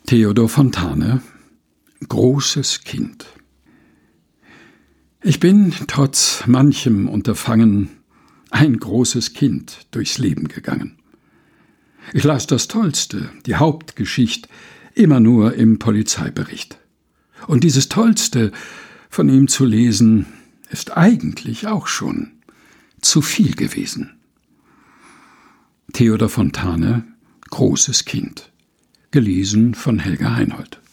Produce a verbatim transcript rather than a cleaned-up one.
Theodor Fontane: Großes Kind. Ich bin, trotz manchem Unterfangen, ein großes Kind durchs Leben gegangen. Ich las das Tollste, die Hauptgeschicht, immer nur im Polizeibericht. Und dieses Tollste von ihm zu lesen, ist eigentlich auch schon zu viel gewesen. Theodor Fontane: Großes Kind. Gelesen von Helga Heinold.